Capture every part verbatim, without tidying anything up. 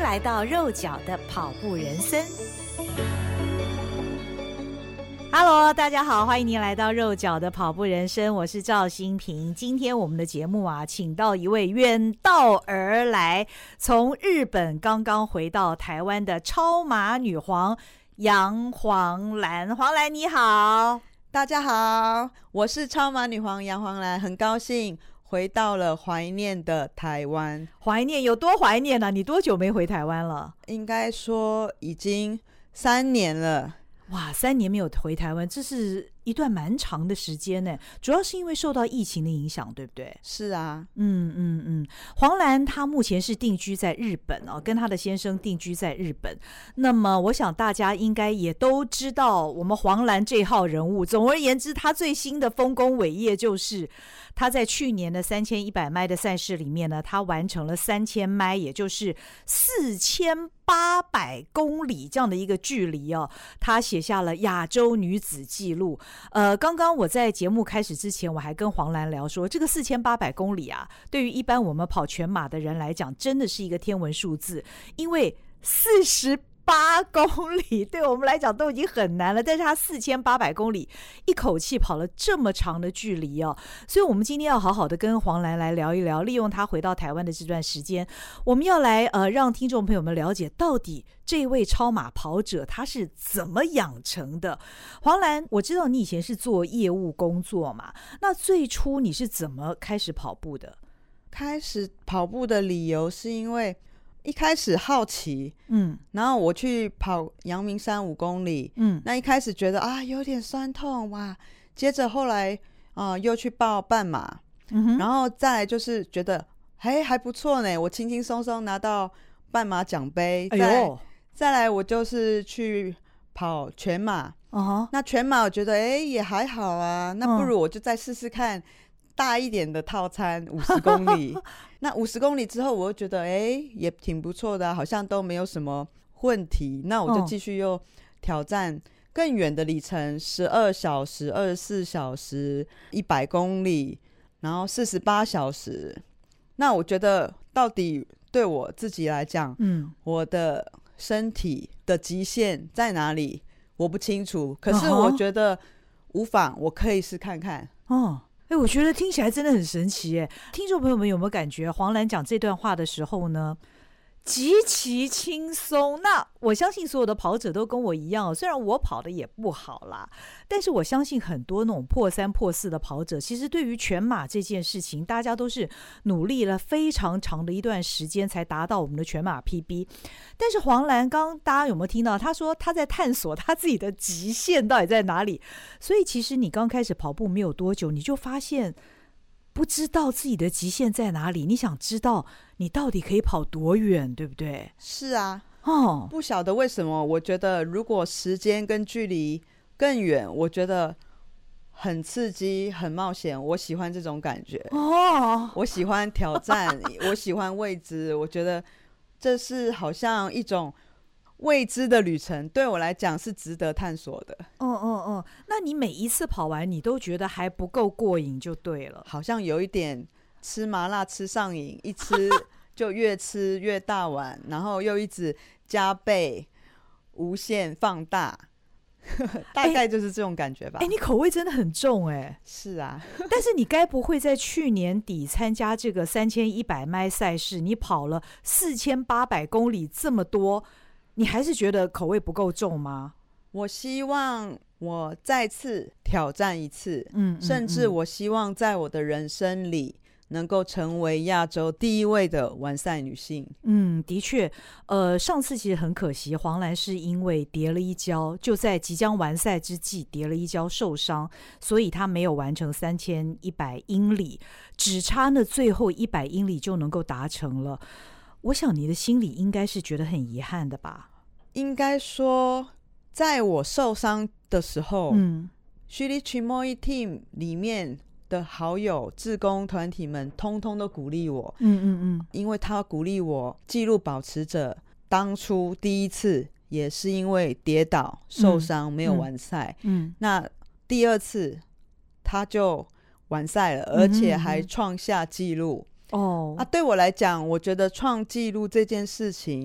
迎来到肉脚的跑步人生。Hello， 大家好，欢迎您来到肉脚的跑步人生，我是赵心屏。今天我们的节目啊，请到一位远道而来，从日本刚刚回到台湾的超马女皇杨黄兰。黄兰你好。 大家好，我是超马女皇杨黄兰，很高兴回到了怀念的台湾。 怀念有多怀念啊？你多久没回台湾了？ 应该说已经三年了。 哇，三年没有回台湾，这是一段蛮长的时间呢。主要是因为受到疫情的影响，对不对？ 是啊， 嗯嗯嗯。黄兰她目前是定居在日本哦，跟她的先生定居在日本。那么我想大家应该也都知道我们黄兰这号人物。总而言之，她最新的丰功伟业就是她在去年的三千一百迈的赛事里面呢，她完成了三千迈，也就是四千八百公里这样的一个距离哦，她写下了亚洲女子纪录。呃，刚刚我在节目开始之前，我还跟黄兰聊说，这个四千八百公里啊，对于一般我们跑全马的人来讲，真的是一个天文数字，因为四十八公里对我们来讲都已经很难了，但是他四千八百公里一口气跑了这么长的距离哦，所以我们今天要好好的跟黄兰来聊一聊，利用他回到台湾的这段时间，我们要来呃让听众朋友们了解到底这位超马跑者他是怎么养成的。黄兰，我知道你以前是做业务工作嘛，那最初你是怎么开始跑步的？ 开始跑步的理由是因为一开始好奇， 嗯， 然后我去跑阳明山五公里，嗯，那一开始觉得啊有点酸痛哇，接着后来啊、呃、又去报半马，嗯哼，然后再来就是觉得哎还不错呢，我轻轻松松拿到半马奖杯，哎呦，再来我就是去跑全马，uh-huh. 那全马我觉得哎也还好啊，那不如我就再试试看大一点的套餐五十公里那五十公里之后我又觉得哎也挺不错的、啊、好像都没有什么问题，那我就继续又挑战更远的里程，十二小时、二十四小时、一百公里，然后四十八小时。那我觉得到底对我自己来讲，嗯，我的身体的极限在哪里我不清楚，可是我觉得无妨，我可以试看看。 哦，哎，我觉得听起来真的很神奇耶！听众朋友们有没有感觉黄兰讲这段话的时候呢，极其轻松？那我相信所有的跑者都跟我一样，虽然我跑的也不好啦，但是我相信很多那种破三破四的跑者，其实对于全马这件事情，大家都是努力了非常长的一段时间才达到我们的全马 P B。但是黄兰刚刚大家有没有听到？他说他在探索他自己的极限到底在哪里。所以其实你刚开始跑步没有多久，你就发现不知道自己的极限在哪里，你想知道你到底可以跑多远，对不对？ 是啊， 哦， 不晓得为什么，我觉得如果时间跟距离更远，我觉得很刺激很冒险，我喜欢这种感觉哦，我喜欢挑战我喜欢未知，我觉得这是好像一种未知的旅程，对我来讲是值得探索的。 嗯嗯嗯，那你每一次跑完你都觉得还不够过瘾就对了。 好像有一点吃麻辣吃上瘾，一吃就越吃越大碗然后又一直加倍无限放大大概就是这种感觉吧。 哎、欸欸，你口味真的很重哎、欸。 是啊， 但是你该不会在去年底参加这个三千一百迈赛事，你跑了四千八百公里这么多，你还是觉得口味不够重吗？ 我希望我再次挑战一次，嗯，嗯，甚至我希望在我的人生里能够成为亚洲第一位的完赛女性。 嗯，的确，呃，上次其实很可惜，黄兰是因为跌了一跤，就在即将完赛之际跌了一跤受伤，所以她没有完成三千一百英里，只差那最后一百英里就能够达成了。我想你的心里应该是觉得很遗憾的吧？ 应该说，在我受伤的时候，嗯 Shili Chimoy Team 里面的好友志工团体们通通都鼓励我，嗯嗯嗯，因为他鼓励我纪录保持者当初第一次也是因为跌倒受伤、嗯、没有完赛、嗯嗯、那第二次他就完赛了，而且还创下纪录哦、啊。对我来讲，我觉得创纪录这件事情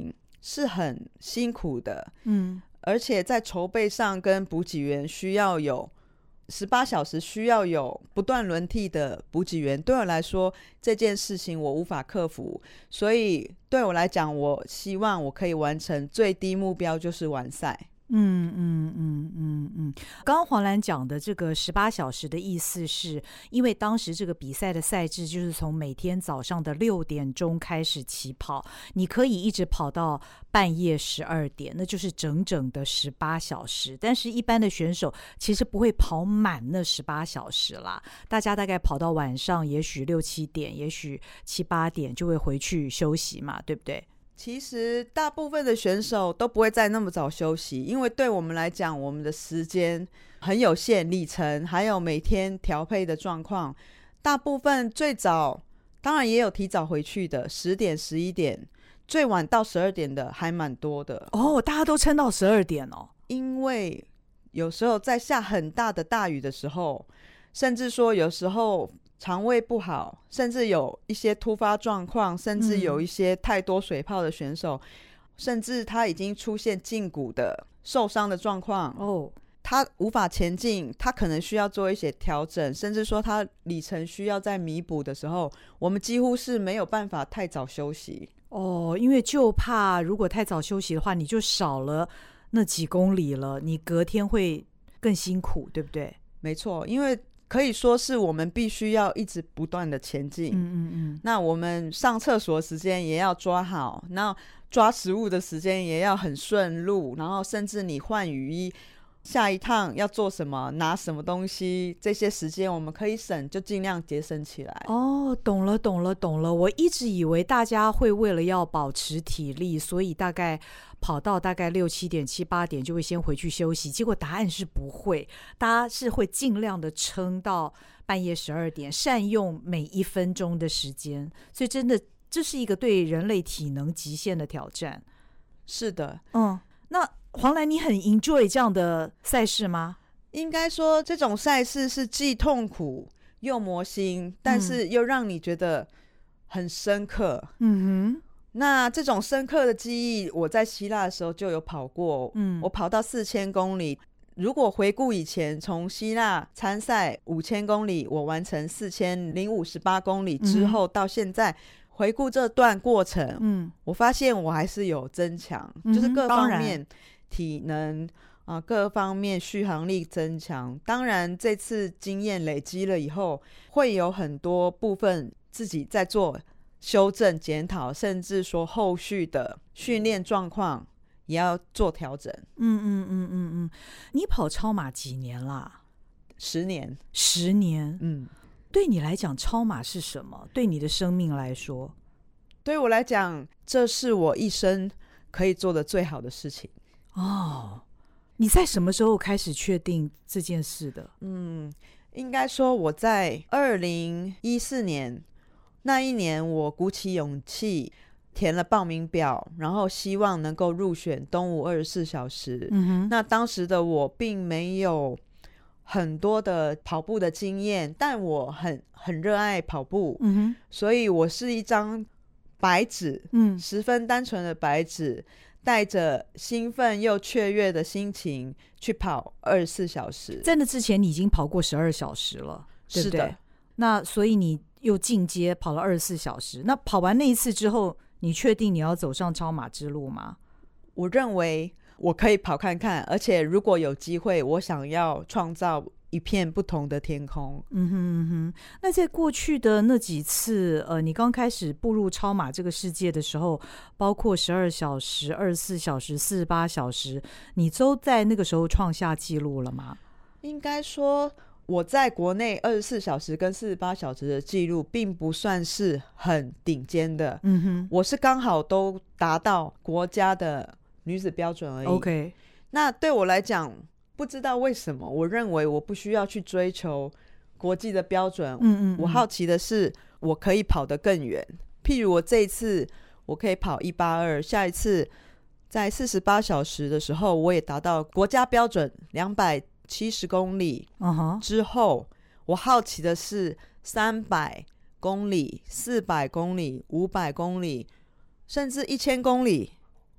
是很辛苦的， 嗯， 而且在筹备上跟补给员需要有十八小时，需要有不断轮替的补给员，对我来说这件事情我无法克服，所以对我来讲，我希望我可以完成最低目标就是完赛。 嗯嗯嗯嗯嗯，刚刚黄兰讲的这个十八小时的意思是，因为当时这个比赛的赛制就是从每天早上的六点钟开始起跑，你可以一直跑到半夜十二点，那就是整整的十八小时。但是，一般的选手其实不会跑满那十八小时啦，大家大概跑到晚上，也许六七点，也许七八点就会回去休息嘛，对不对？ 其实大部分的选手都不会再那么早休息，因为对我们来讲，我们的时间很有限，里程还有每天调配的状况，大部分最早当然也有提早回去的，十点十一点，最晚到十二点的还蛮多的。 哦，大家都撑到十二点哦。 因为有时候在下很大的大雨的时候，甚至说有时候肠胃不好，甚至有一些突发状况，甚至有一些太多水泡的选手、嗯、甚至他已经出现胫骨的受伤的状况哦， 他无法前进，他可能需要做一些调整，甚至说他里程需要再弥补的时候，我们几乎是没有办法太早休息哦，因为就怕如果太早休息的话，你就少了那几公里了，你隔天会更辛苦，对不对？ 没错，因为可以说是我们必须要一直不断的前进。 嗯嗯嗯。 那我们上厕所的时间也要抓好，然后抓食物的时间也要很顺路，然后甚至你换雨衣，下一趟要做什么，拿什么东西，这些时间我们可以省，就尽量节省起来。 哦，懂了懂了懂了，我一直以为大家会为了要保持体力，所以大概跑到大概六七点七八点就会先回去休息，结果答案是不会，大家是会尽量的撑到半夜十二点，善用每一分钟的时间，所以真的这是一个对人类体能极限的挑战。 是的。 嗯，那黄兰你很 enjoy 这样的赛事吗？ 应该说这种赛事是既痛苦又磨心，但是又让你觉得很深刻。 嗯哼， 那这种深刻的记忆，我在希腊的时候就有跑过。 嗯， 我跑到四千公里。如果回顾以前，从希腊参赛五千公里，我完成四千零五十八公里之后，嗯、到现在回顾这段过程，嗯，我发现我还是有增强，嗯、就是各方面体能啊、呃，各方面续航力增强。当然，这次经验累积了以后，会有很多部分自己在做修正、检讨，甚至说后续的训练状况也要做调整。 嗯嗯嗯嗯嗯，你跑超马几年啦？ 十年。 十年。 嗯， 对你来讲，超马是什么？对你的生命来说？ 对我来讲，这是我一生可以做的最好的事情。 哦，你在什么时候开始确定这件事的？ 嗯，应该说我在二零一四年那一年，我鼓起勇气填了报名表，然后希望能够入选东吴二十四小时。嗯哼，那当时的我并没有很多的跑步的经验，但我很很热爱跑步。嗯哼，所以我是一张白纸，嗯，十分单纯的白纸，带着兴奋又雀跃的心情去跑二十四小时。 在那之前，你已经跑过十二小时了，对不对？是的。那所以你又进阶跑了二十四小时。那跑完那一次之后，你确定你要走上超马之路吗？ 我认为我可以跑看看，而且如果有机会，我想要创造一片不同的天空。 嗯哼嗯哼。那在过去的那几次，呃，你刚开始步入超马这个世界的时候，包括十二小时、二十四小时、四十八小时，你都在那个时候创下纪录了吗？ 应该说，我在国内二十四小时跟四十八小时的记录并不算是很顶尖的。嗯哼，我是刚好都达到国家的女子标准而已。 OK， 那对我来讲，不知道为什么，我认为我不需要去追求国际的标准。嗯嗯嗯，我好奇的是，我可以跑得更远。譬如我这一次我可以跑一八二，下一次在四十八小时的时候，我也达到国家标准两百七十公里。Uh-huh. 之后，我好奇的是三百公里、四百公里、五百公里，甚至一千公里。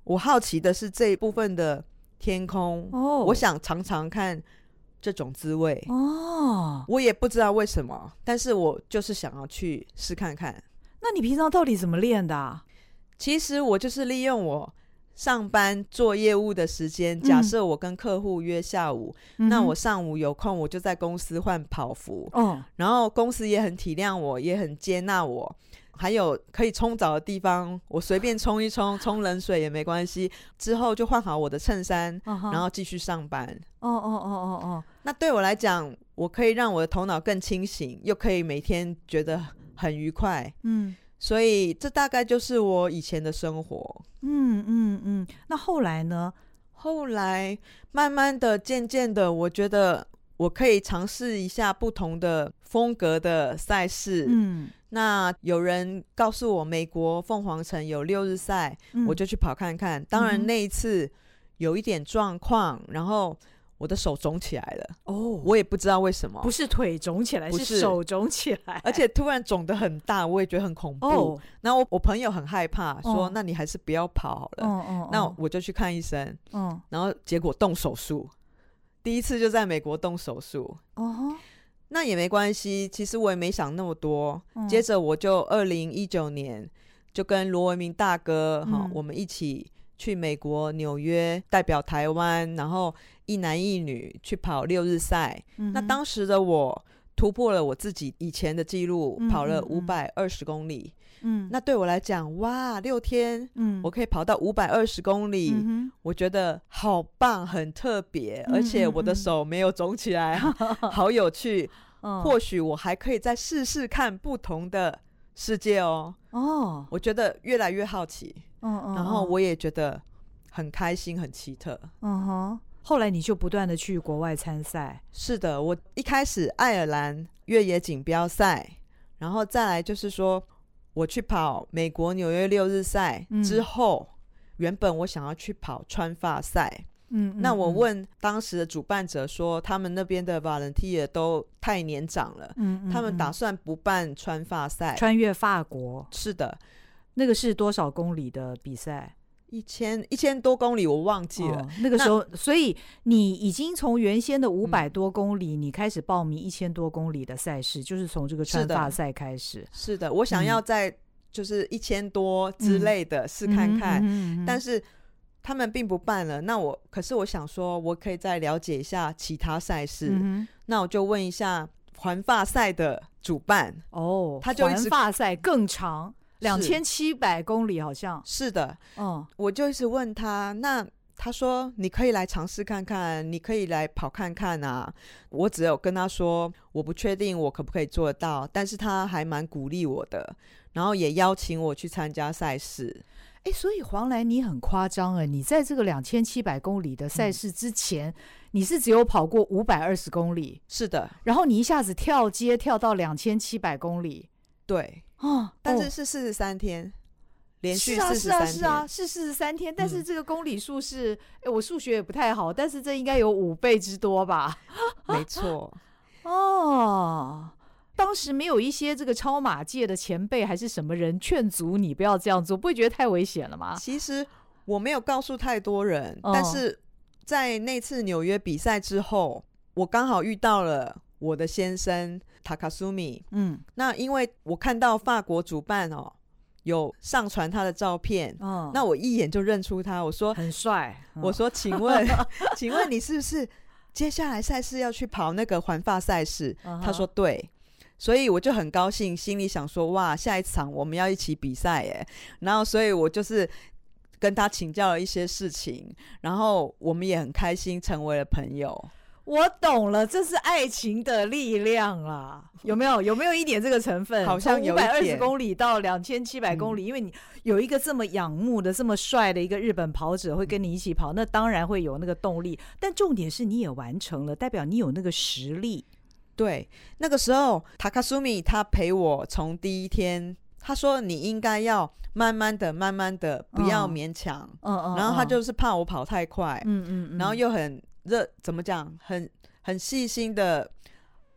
我好奇的是这一部分的天空， 哦， 我想常常看这种滋味哦， 我也不知道为什么，但是我就是想要去试看看。 那你平常到底怎么练的啊？ 其实我就是利用我上班做业务的时间，假设我跟客户约下午、嗯、那我上午有空我就在公司换跑服、哦、然后公司也很体谅我，也很接纳我，还有可以冲澡的地方我随便冲一冲，冲冷水也没关系，之后就换好我的衬衫、uh-huh. 然后继续上班。 哦哦哦哦哦， 那对我来讲，我可以让我的头脑更清醒，又可以每天觉得很愉快。嗯，所以这大概就是我以前的生活。 嗯嗯嗯，那后来呢？ 后来慢慢的渐渐的我觉得我可以尝试一下不同的风格的赛事。嗯，那有人告诉我美国凤凰城有六日赛、嗯、我就去跑看看。当然那一次有一点状况、嗯、然后我的手肿起来了。哦，我也不知道为什么， 不是腿肿起来，是手肿起来， 而且突然肿得很大，我也觉得很恐怖。哦，然后 我, 我朋友很害怕，说、哦、那你还是不要跑好了。哦哦，那我就去看医生。哦，然后结果动手术，第一次就在美国动手术。哦，那也没关系，其实我也没想那么多。嗯、接着我就二零一九年就跟罗文明大哥、嗯、我们一起去美国纽约代表台湾，然后一男一女去跑六日赛、嗯、那当时的我突破了我自己以前的记录、嗯、跑了五百二十公里。嗯，那对我来讲，哇，六天、嗯、我可以跑到五百二十公里、嗯、我觉得好棒，很特别、嗯、而且我的手没有肿起来、嗯、好有趣、哦、或许我还可以再试试看不同的世界哦。哦，我觉得越来越好奇。嗯嗯，然后我也觉得很开心，很奇特。 嗯哼，后来你就不断的去国外参赛。 是的，我一开始爱尔兰越野锦标赛，然后再来就是说我去跑美国纽约六日赛、嗯、之后原本我想要去跑川法赛。嗯, 嗯，那我问当时的主办者说他们那边的 volunteer 都太年长了。嗯, 嗯, 嗯，他们打算不办川法赛， 穿越法国。 是的。 那个是多少公里的比赛？ 一千一千多公里，我忘记了。哦、 那个时候，所以你已经从原先的五百多公里、嗯，你开始报名一千多公里的赛事，就是从这个川法赛开始。 是的，是的，我想要在就是一千多之类的试看看、嗯嗯嗯嗯嗯，但是他们并不办了。那我可是我想说，我可以再了解一下其他赛事。嗯、那我就问一下环法赛的主办。 哦，他就一直环法赛更长。两千七百公里好像是的。嗯，我就一直问他，那他说你可以来尝试看看，你可以来跑看看啊。我只有跟他说我不确定我可不可以做得到，但是他还蛮鼓励我的，然后也邀请我去参加赛事。 哎，所以黄兰你很夸张哎，你在这个两千七百公里的赛事之前、嗯、你是只有跑过五百二十公里。 是的， 然后你一下子跳阶跳到两千七百公里。 对。哦，但是是四十三天、哦、连续四十三天。 是啊是啊是啊是四十三天，但是这个公里数是、嗯、我数学也不太好，但是这应该有五倍之多吧。 没错。 哦，当时没有一些这个超马界的前辈还是什么人劝阻你不要这样做，不会觉得太危险了吗？ 其实我没有告诉太多人、哦、但是在那次纽约比赛之后，我刚好遇到了我的先生Takasumi。嗯，那因为我看到法国主办哦有上传他的照片、哦、那我一眼就认出他，我说很帅、 哦、我说请问请问你是不是接下来赛事要去跑那个环法赛事、uh-huh. 他说对，所以我就很高兴，心里想说哇下一场我们要一起比赛耶。然后所以我就是跟他请教了一些事情，然后我们也很开心成为了朋友。 我懂了，这是爱情的力量啦，有没有？有没有一点这个成分？ 好像有一点。从五百二十公里到两千七百公里、嗯，因为你有一个这么仰慕的、这么帅的一个日本跑者会跟你一起跑，那当然会有那个动力。但重点是你也完成了，代表你有那个实力。 对，那个时候 Takasumi 他陪我从第一天，他说你应该要慢慢的、慢慢的，不要勉强。嗯嗯。然后他就是怕我跑太快。嗯嗯嗯。然后又很热，怎么讲？很很细心的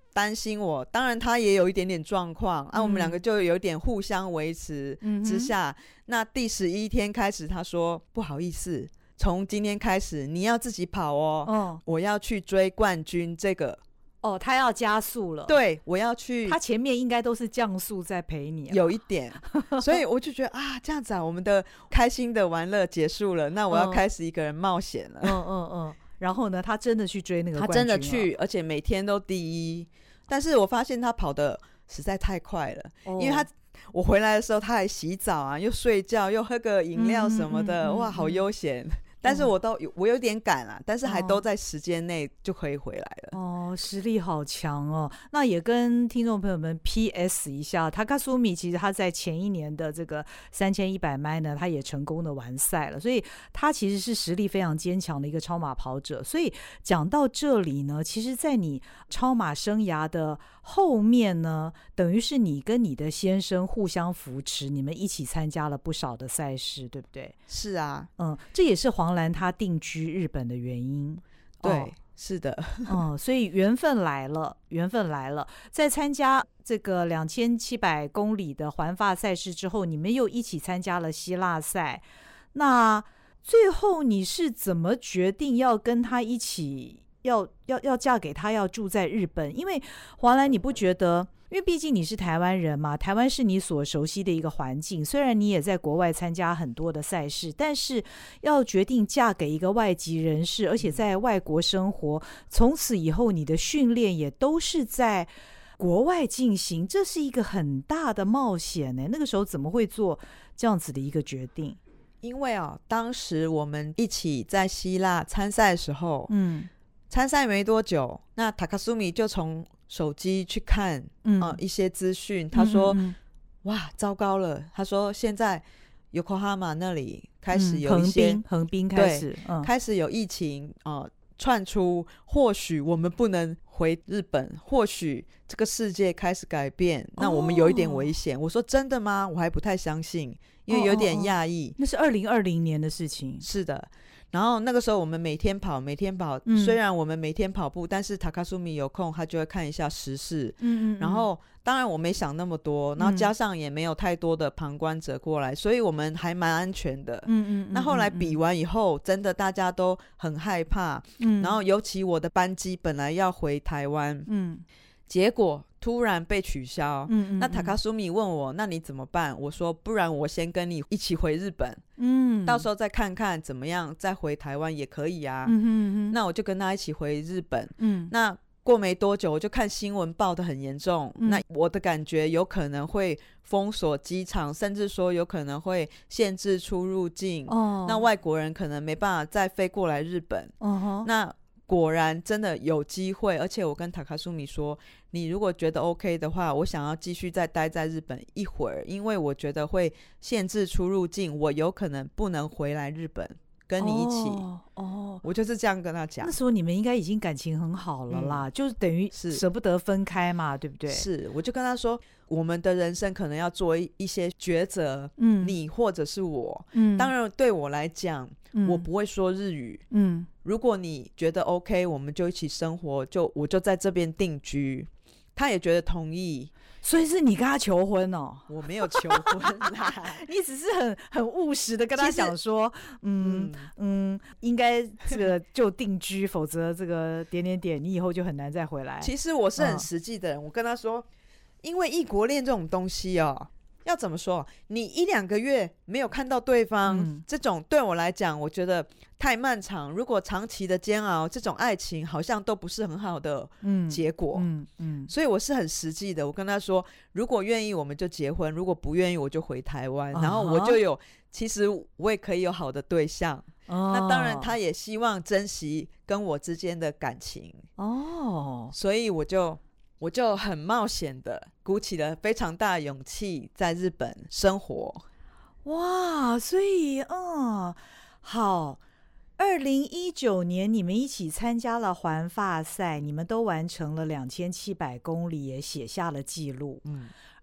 担心我，当然他也有一点点状况、嗯、啊，我们两个就有点互相维持之下、嗯、那第十一天开始他说不好意思，从今天开始你要自己跑哦、嗯、我要去追冠军这个哦，他要加速了， 对，我要去， 他前面应该都是降速在陪你、啊、 有一点所以我就觉得啊，这样子啊，我们的开心的玩乐结束了，那我要开始一个人冒险了。嗯嗯嗯，然后呢他真的去追那个冠军， 他真的去，而且每天都第一，但是我发现他跑得实在太快了、哦、因为他我回来的时候他还洗澡啊，又睡觉又喝个饮料什么的、嗯嗯嗯、哇好悠闲，但是我都有我有点赶啊，但是还都在时间内就可以回来了。 哦，实力好强哦。那也跟听众朋友们 P S 一下，塔卡苏米其实他在前一年的这个三千一百迈呢，他也成功的完赛了，所以他其实是实力非常坚强的一个超马跑者。所以讲到这里呢，其实在你超马生涯的后面呢，等于是你跟你的先生互相扶持，你们一起参加了不少的赛事，对不对？ 是啊， 嗯，这也是黄兰她定居日本的原因。 对、 哦、 是的嗯，所以缘分来了，缘分来了。在参加这个两千七百公里的环法赛事之后，你们又一起参加了希腊赛。那最后你是怎么决定要跟他一起要要要嫁给他，要住在日本？因为黄兰，你不觉得？因为毕竟你是台湾人嘛，台湾是你所熟悉的一个环境，虽然你也在国外参加很多的赛事，但是要决定嫁给一个外籍人士，而且在外国生活，从此以后你的训练也都是在国外进行，这是一个很大的冒险呢。那个时候怎么会做这样子的一个决定？ 因为啊，当时我们一起在希腊参赛的时候，嗯，参赛没多久，那塔卡苏米就从手机去看、嗯呃、一些资讯，他说、嗯嗯、哇糟糕了，他说现在 Yokohama 那里开始有一些、 嗯、横滨开始、 嗯、开始有疫情、呃、窜出，或许我们不能回日本，或许这个世界开始改变，那我们有一点危险、哦、我说真的吗？我还不太相信，因为有点讶异、哦哦哦、 那是二零二零年的事情。 是的，然后那个时候我们每天跑每天跑、嗯、虽然我们每天跑步，但是塔卡苏米有空他就会看一下时事，嗯嗯嗯，然后当然我没想那么多，然后加上也没有太多的旁观者过来、嗯、所以我们还蛮安全的，嗯 嗯, 嗯，那后来比完以后真的大家都很害怕，嗯，然后尤其我的班机本来要回台湾，嗯，结果突然被取消，嗯嗯嗯，那塔卡苏米问我那你怎么办？我说不然我先跟你一起回日本，嗯，到时候再看看怎么样再回台湾也可以啊，嗯哼嗯哼，那我就跟他一起回日本，嗯，那过没多久我就看新闻报得很严重、嗯、那我的感觉有可能会封锁机场，甚至说有可能会限制出入境、哦、那外国人可能没办法再飞过来日本、哦、那果然真的有机会，而且我跟塔卡苏米说你如果觉得 OK 的话，我想要继续再待在日本一会儿，因为我觉得会限制出入境，我有可能不能回来日本跟你一起，哦哦，我就是这样跟他讲。 那时候你们应该已经感情很好了啦、嗯、就是等于舍不得分开嘛，对不对？ 是，我就跟他说我们的人生可能要做一些抉择，嗯，你或者是我，嗯，当然对我来讲、嗯、我不会说日语，嗯，如果你觉得 OK 我们就一起生活，就我就在这边定居，他也觉得同意。 所以是你跟他求婚哦？ 我没有求婚啦你只是很很务实的跟他讲说嗯 嗯, 嗯应该这个就定居否则这个点点点你以后就很难再回来。 其实我是很实际的人、嗯、我跟他说因为异国恋这种东西哦，要怎么说，你一两个月没有看到对方、嗯、这种对我来讲我觉得太漫长，如果长期的煎熬，这种爱情好像都不是很好的结果，嗯嗯嗯、所以我是很实际的，我跟他说如果愿意我们就结婚，如果不愿意我就回台湾、uh-huh. 然后我就有其实我也可以有好的对象、uh-huh. 那当然他也希望珍惜跟我之间的感情哦， uh-huh. 所以我就我就很冒险的鼓起了非常大的勇气在日本生活。 哇，所以嗯，好，二零一九年你们一起参加了环法赛，你们都完成了两千七百公里，也写下了记录。嗯，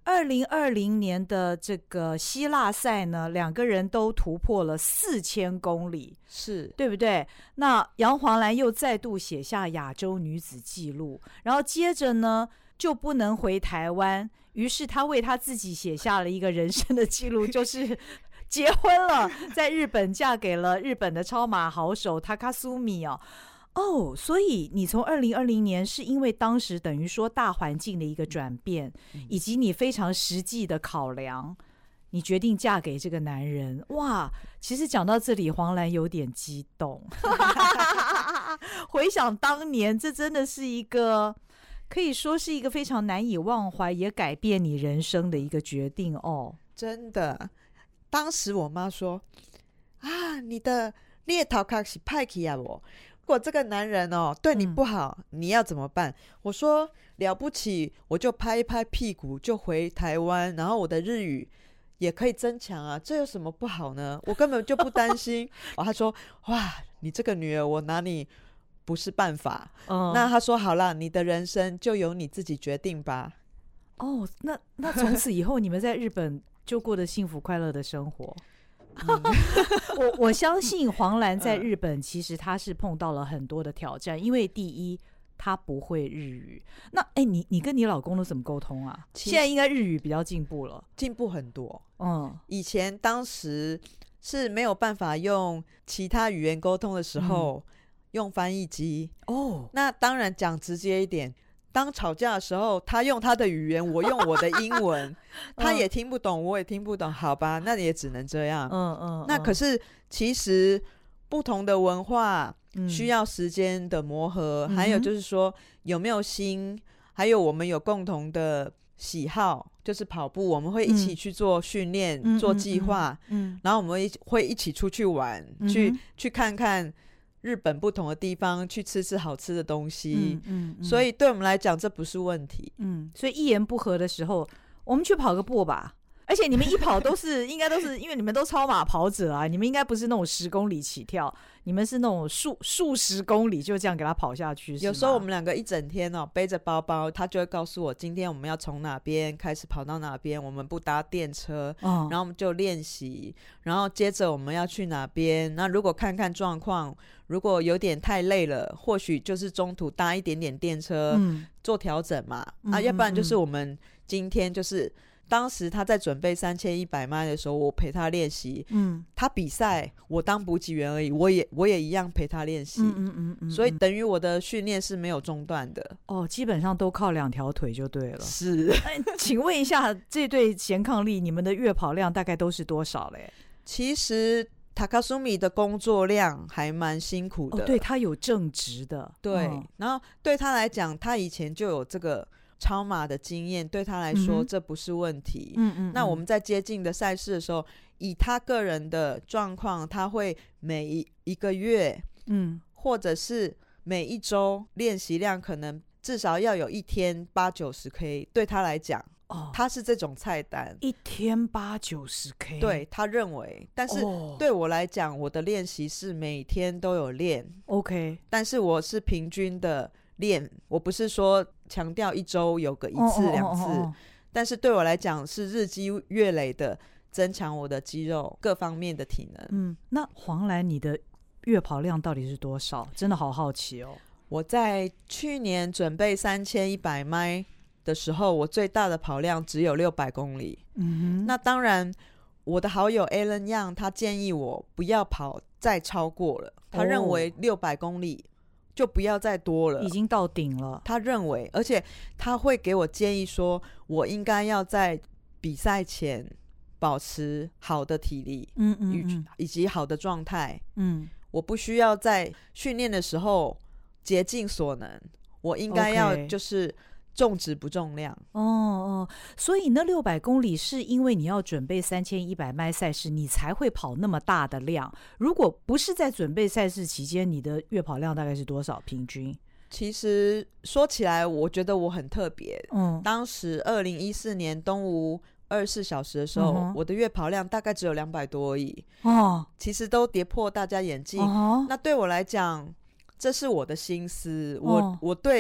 二零二零年的这个希腊赛呢，两个人都突破了四千公里， 是对不对？那杨黄兰又再度写下亚洲女子纪录，然后接着呢就不能回台湾，于是她为她自己写下了一个人生的纪录，就是结婚了，在日本嫁给了日本的超马好手 Takasumi 哦。哦，所以你从二零二零年是因为当时等于说大环境的一个转变，以及你非常实际的考量，你决定嫁给这个男人。哇，其实讲到这里，黄兰有点激动。回想当年，这真的是一个可以说是一个非常难以忘怀，也改变你人生的一个决定哦。 真的，当时我妈说啊，你的猎头卡是派去啊我。如果这个男人哦对你不好、嗯、你要怎么办？我说了不起，我就拍一拍屁股就回台湾，然后我的日语也可以增强啊，这有什么不好呢？我根本就不担心。哦，他说哇，你这个女儿我拿你不是办法、嗯、那他说好啦，你的人生就由你自己决定吧。 哦，那那从此以后你们在日本就过得幸福快乐的生活。嗯、我我相信黄兰在日本其实她是碰到了很多的挑战，因为第一她不会日语。那哎，你你跟你老公都怎么沟通啊？现在应该日语比较进步了， 进步很多。 嗯， 以前当时是没有办法用其他语言沟通的时候、嗯、用翻译机哦。那当然讲直接一点，当吵架的时候他用他的语言，我用我的英文他也听不懂我也听不懂，好吧，那也只能这样。嗯嗯。那可是其实不同的文化需要时间的磨合、嗯、还有就是说有没有心，还有我们有共同的喜好，就是跑步我们会一起去做训练、嗯、做计划、嗯嗯嗯、然后我们会一起出去玩、嗯、去去看看日本不同的地方，去吃吃好吃的东西。嗯嗯嗯、所以对我们来讲这不是问题。 嗯，所以一言不合的时候我们去跑个步吧。而且你们一跑都是应该都是因为你们都超马跑者啊，你们应该不是那种十公里起跳，你们是那种数数十公里就这样给他跑下去。 有时候我们两个一整天哦，背着包包，他就会告诉我今天我们要从哪边开始跑到哪边，我们不搭电车、哦、然后我们就练习，然后接着我们要去哪边，那如果看看状况，如果有点太累了，或许就是中途搭一点点电车、嗯、做调整嘛、嗯、啊，要不然就是我们今天就是当时他在准备三千一百迈的时候，我陪他练习。嗯，他比赛，我当补给员而已，我也我也一样陪他练习。嗯嗯嗯嗯，所以等于我的训练是没有中断的。 哦，基本上都靠两条腿就对了。 是， 请问一下，这对贤伉俪，你们的月跑量大概都是多少嘞？ 其实Takasumi的工作量还蛮辛苦的。 哦，对，他有正职的。 对、哦，然后对他来讲，他以前就有这个超马的经验，对他来说、嗯、这不是问题。嗯 嗯, 嗯那我们在接近的赛事的时候，以他个人的状况，他会每 一, 一个月嗯，或者是每一周练习量可能至少要有一天八九十 K， 对他来讲、哦、他是这种菜单， 一天八九十 K， 对他认为。但是对我来讲、哦、我的练习是每天都有练 OK， 但是我是平均的练，我不是说强调一周有个一次两次、哦哦哦哦、但是对我来讲是日积月累的增强我的肌肉各方面的体能。 嗯，那黄兰你的月跑量到底是多少？真的好好奇哦。 我在去年准备三千一百迈的时候，我最大的跑量只有六百公里。嗯哼，那当然我的好友 Alan Young 他建议我不要跑再超过了，他认为六百公里就不要再多了， 已经到顶了。 他认为，而且他会给我建议说，我应该要在比赛前保持好的体力，嗯嗯嗯，以及好的状态。嗯，我不需要在训练的时候竭尽所能，我应该要就是重质不重量。 哦哦，所以那六百公里是因为你要准备三千一百迈赛事，你才会跑那么大的量。如果不是在准备赛事期间，你的月跑量大概是多少平均？ 其实说起来，我觉得我很特别。嗯，当时二零一四年东吴二十四小时的时候、嗯、我的月跑量大概只有两百多而已。哦，其实都跌破大家眼镜。哦，那对我来讲，这是我的心思。我、哦、我对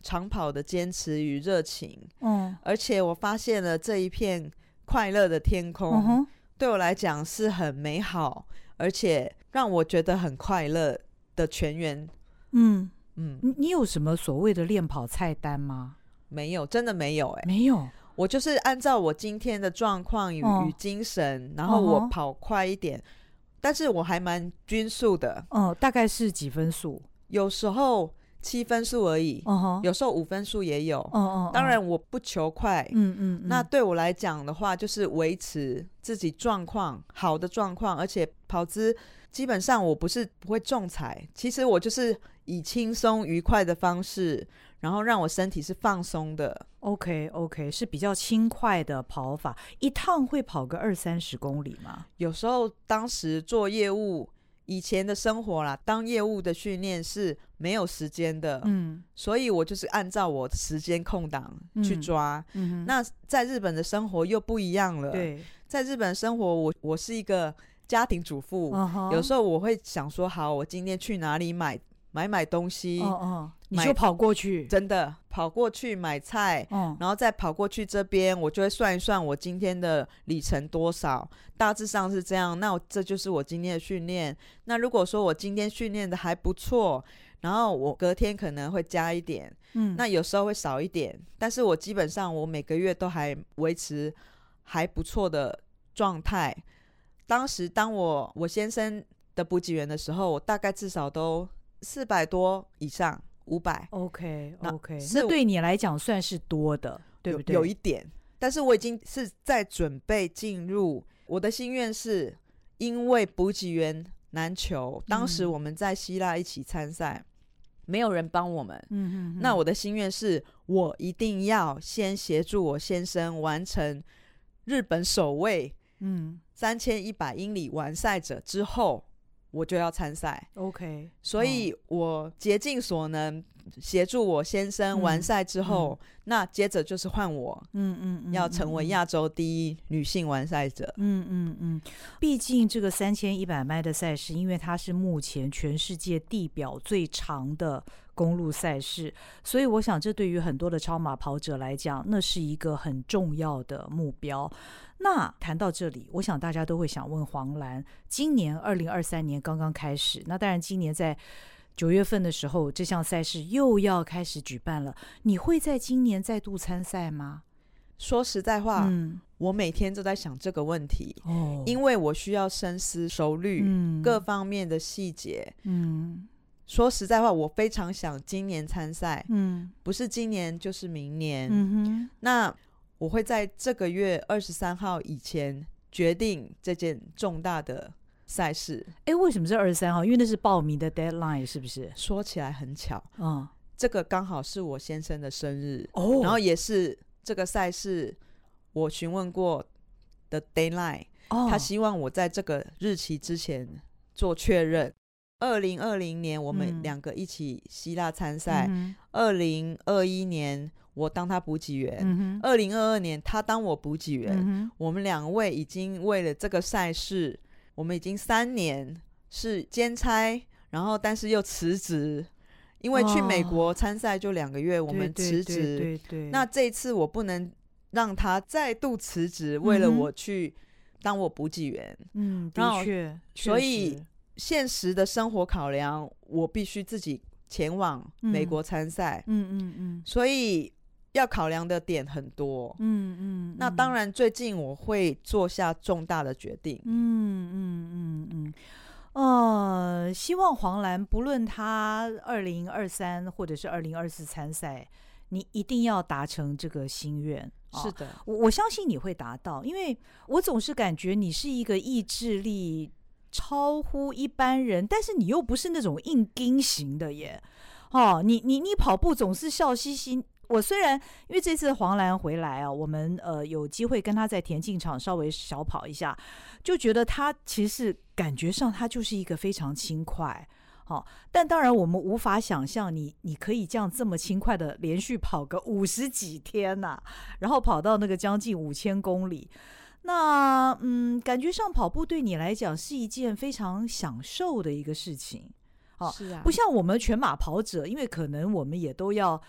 长跑的坚持与热情， 嗯， 而且我发现了这一片快乐的天空，嗯，对我来讲是很美好，而且让我觉得很快乐的泉源。 嗯嗯，你有什么所谓的练跑菜单吗？ 没有，真的没有、欸、 没有。 我就是按照我今天的状况与、哦、与精神，然后我跑快一点，哦、但是我还蛮均速的。 嗯，大概是几分速？ 有时候七分速而已，哦、有时候五分速也有。哦哦，当然我不求快。嗯嗯嗯。那对我来讲的话，就是维持自己状况好的状况，而且跑姿基本上我不是不会中彩，其实我就是以轻松愉快的方式，然后让我身体是放松的。 OK OK， 是比较轻快的跑法，一趟会跑个二三十公里吗？ 有时候当时做业务，以前的生活啦，当业务的训练是没有时间的，嗯，所以我就是按照我时间空档去抓。嗯嗯，那在日本的生活又不一样了。 对， 在日本生活，我我是一个家庭主妇， uh-huh. 有时候我会想说，好，我今天去哪里买买买东西，哦哦，你就跑过去， 真的跑过去买菜，哦，然后再跑过去这边，我就会算一算我今天的里程多少，大致上是这样。那这就是我今天的训练。那如果说我今天训练的还不错，然后我隔天可能会加一点，嗯，那有时候会少一点，但是我基本上我每个月都还维持还不错的状态。当时当我我先生的补给员的时候，我大概至少都四百多以上，五百。 OK OK， 那对你来讲算是多的，对不对？ 有, 有一点，但是我已经是在准备进入。我的心愿是，因为补给员难求，当时我们在希腊一起参赛，嗯，没有人帮我们。嗯哼哼，那我的心愿是，我一定要先协助我先生完成日本首位嗯三千一百英里完赛者之后，我就要参赛。 OK， 所以我竭尽所能协助我先生完赛之后，嗯嗯，那接着就是换我，嗯嗯嗯，要成为亚洲第一女性完赛者。 嗯嗯嗯，毕竟这个三千一百迈的赛事，因为它是目前全世界地表最长的公路赛事，所以我想这对于很多的超马跑者来讲，那是一个很重要的目标。那谈到这里，我想大家都会想问黄兰，今年二零二三年刚刚开始，那当然今年在九月份的时候，这项赛事又要开始举办了，你会在今年再度参赛吗？ 说实在话，嗯，我每天都在想这个问题，哦，因为我需要深思熟虑，嗯，各方面的细节。嗯，说实在话，我非常想今年参赛，嗯，不是今年就是明年。嗯哼，那我会在这个月二十三号以前决定这件重大的赛事。 哎，为什么是二十三号？因为那是报名的 deadline， 是不是？ 说起来很巧，嗯，这个刚好是我先生的生日，哦，然后也是这个赛事我询问过的 deadline，哦，他希望我在这个日期之前做确认。二零二零年我们两个一起希腊参赛，二零二一年我当他补给员，二零二二年他当我补给员，嗯，我们两位已经为了这个赛事，我们已经三年是兼差，然后但是又辞职，因为去美国参赛就两个月，哦，我们辞职。对对对对对，那这一次我不能让他再度辞职，为了我去当我补给员。嗯， 的确， 所以现实的生活考量，我必须自己前往美国参赛。嗯嗯嗯，所以要考量的点很多。嗯 嗯, 嗯，那当然最近我会做下重大的决定。 嗯嗯嗯嗯，呃，希望黄兰不论他二零二三或者是二零二四参赛，你一定要达成这个心愿。 是的， 哦，我, 我相信你会达到，因为我总是感觉你是一个意志力超乎一般人，但是你又不是那种硬盯型的耶。哦，你你你跑步总是笑嘻嘻。我虽然因为这次黄兰回来啊，我们呃有机会跟他在田径场稍微小跑一下，就觉得他其实感觉上他就是一个非常轻快。好，哦，但当然我们无法想象你你可以这样这么轻快的连续跑个五十几天呐，啊，然后跑到那个将近五千公里。那嗯，感觉上跑步对你来讲是一件非常享受的一个事情。 哦，是啊， 不像我们全马跑者，因为可能我们也都要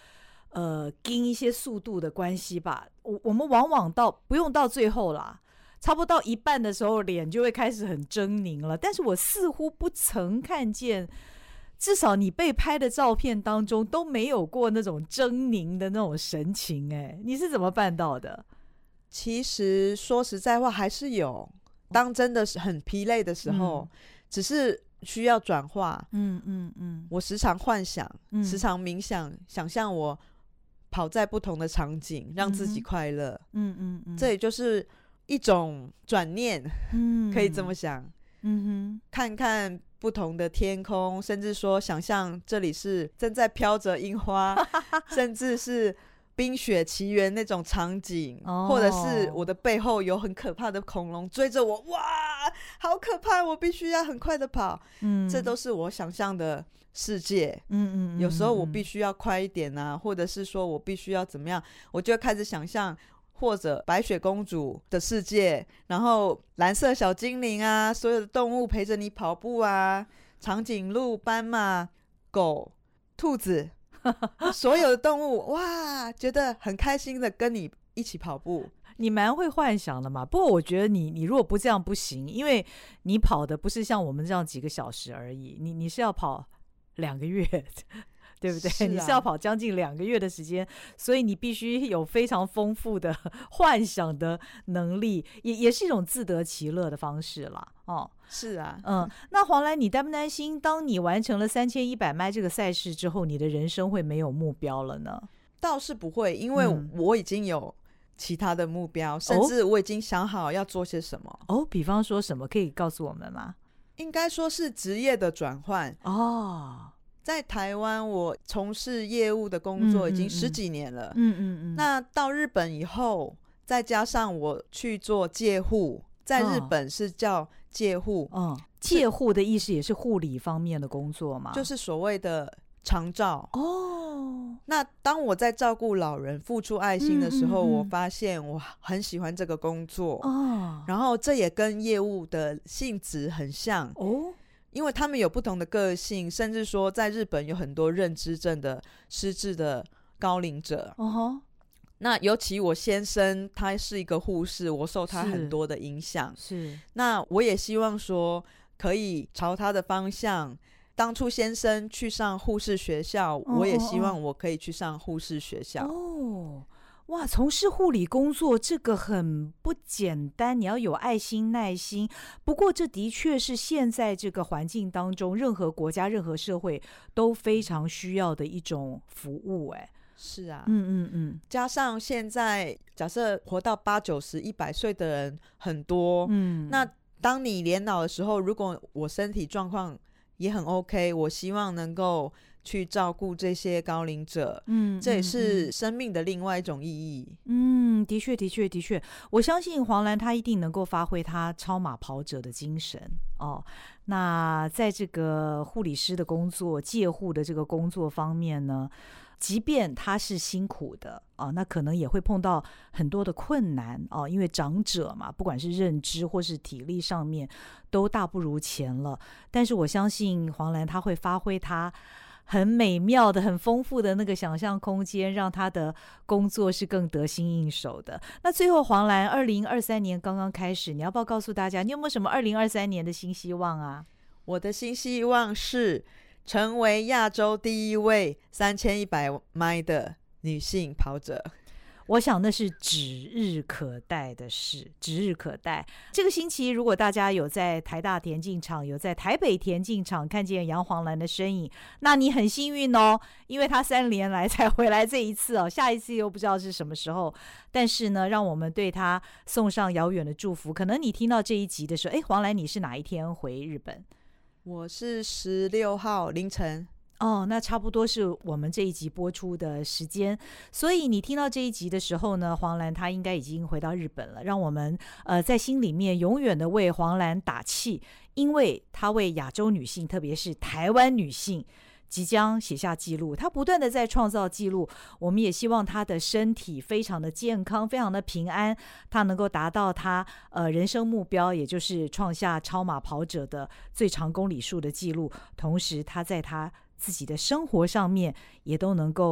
呃跟一些速度的关系吧，我我们往往到不用到最后啦，差不多到一半的时候脸就会开始很狰狞了，但是我似乎不曾看见，至少你被拍的照片当中都没有过那种狰狞的那种神情。哎，你是怎么办到的？ 其实说实在话还是有，当真的是很疲累的时候、嗯、只是需要转化。嗯嗯嗯，我时常幻想、嗯、时常冥想，想象我跑在不同的场景，让自己快乐。嗯嗯嗯，这也就是一种转念。嗯，可以这么想。嗯哼，看看不同的天空，甚至说想象这里是正在飘着樱花甚至是冰雪奇缘那种场景、哦、或者是我的背后有很可怕的恐龙追着我，哇好可怕，我必须要很快的跑。嗯，这都是我想象的世界。嗯 嗯, 嗯，有时候我必须要快一点啊，或者是说我必须要怎么样，我就开始想象或者白雪公主的世界，然后蓝色小精灵啊，所有的动物陪着你跑步啊，长颈鹿、斑马、狗、兔子所有的动物，哇觉得很开心的跟你一起跑步。 你蛮会幻想的嘛，不过我觉得你你如果不这样不行，因为你跑的不是像我们这样几个小时而已，你你是要跑两个月对不对？是啊，你是要跑将近两个月的时间，所以你必须有非常丰富的幻想的能力，也也是一种自得其乐的方式啦。哦， 是啊， 嗯，那黄兰，你担不担心，当你完成了三千一百迈这个赛事之后，你的人生会没有目标了呢？ 倒是不会，因为我已经有其他的目标，嗯、甚至我已经想好要做些什么。 哦，比方说什么，可以告诉我们吗？ 应该说是职业的转换。哦。在台湾我从事业务的工作已经十几年了。嗯嗯嗯。那到日本以后，再加上我去做介护，在日本是叫介护。嗯、哦， 介护的意思也是护理方面的工作吗？ 就是所谓的长照。哦。那当我在照顾老人、付出爱心的时候，嗯嗯嗯，我发现我很喜欢这个工作。哦。然后这也跟业务的性质很像。哦。因为他们有不同的个性，甚至说在日本有很多认知症的失智的高龄者。uh-huh. 那尤其我先生他是一个护士，我受他很多的影响。是，那我也希望说可以朝他的方向，当初先生去上护士学校， uh-huh. 我也希望我可以去上护士学校。哦、uh-huh.哇，从事护理工作这个很不简单，你要有爱心耐心，不过这的确是现在这个环境当中任何国家任何社会都非常需要的一种服务。哎，是啊，嗯嗯嗯，加上现在假设活到八九十一百岁的人很多，嗯，那当你年老的时候，如果我身体状况也很 OK， 我希望能够去照顾这些高龄者。嗯，这也是生命的另外一种意义。嗯，的确的确的确，我相信黄兰她一定能够发挥她超马跑者的精神。哦，那在这个护理师的工作、介护的这个工作方面呢，即便他是辛苦的啊，那可能也会碰到很多的困难啊，因为长者嘛，不管是认知或是体力上面都大不如前了。但是我相信黄兰她会发挥她很美妙的、很丰富的那个想象空间，让她的工作是更得心应手的。那最后，黄兰，二零二三年刚刚开始，你要不要告诉大家，你有没有什么二零二三年的新希望啊？我的新希望是成为亚洲第一位三千一百迈的女性跑者。我想那是指日可待的事，指日可待。这个星期如果大家有在台大田径场、有在台北田径场看见杨黄兰的身影，那你很幸运哦，因为她三年来才回来这一次哦，下一次又不知道是什么时候。但是呢，让我们对她送上遥远的祝福。可能你听到这一集的时候，哎，黄兰你是哪一天回日本？我是十六号凌晨。哦，那差不多是我们这一集播出的时间，所以你听到这一集的时候呢，黄兰她应该已经回到日本了。让我们呃在心里面永远的为黄兰打气，因为她为亚洲女性，特别是台湾女性即将写下记录，她不断的在创造记录。我们也希望她的身体非常的健康，非常的平安，她能够达到她呃人生目标，也就是创下超马跑者的最长公里数的记录。同时她在她自己的生活上面也都能够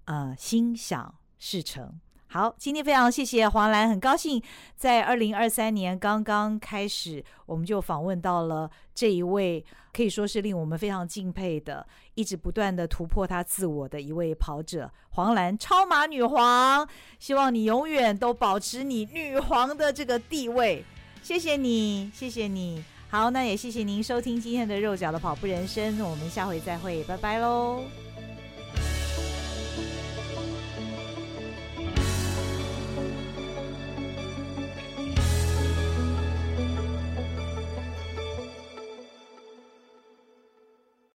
呃心想事成。好，今天非常谢谢黄兰，很高兴在二零二三年刚刚开始，我们就访问到了这一位可以说是令我们非常敬佩的，一直不断的突破他自我的一位跑者黄兰，超马女皇。希望你永远都保持你女皇的这个地位。谢谢你，谢谢你。好，那也谢谢您收听今天的肉脚的跑步人生，我们下回再会，拜拜喽。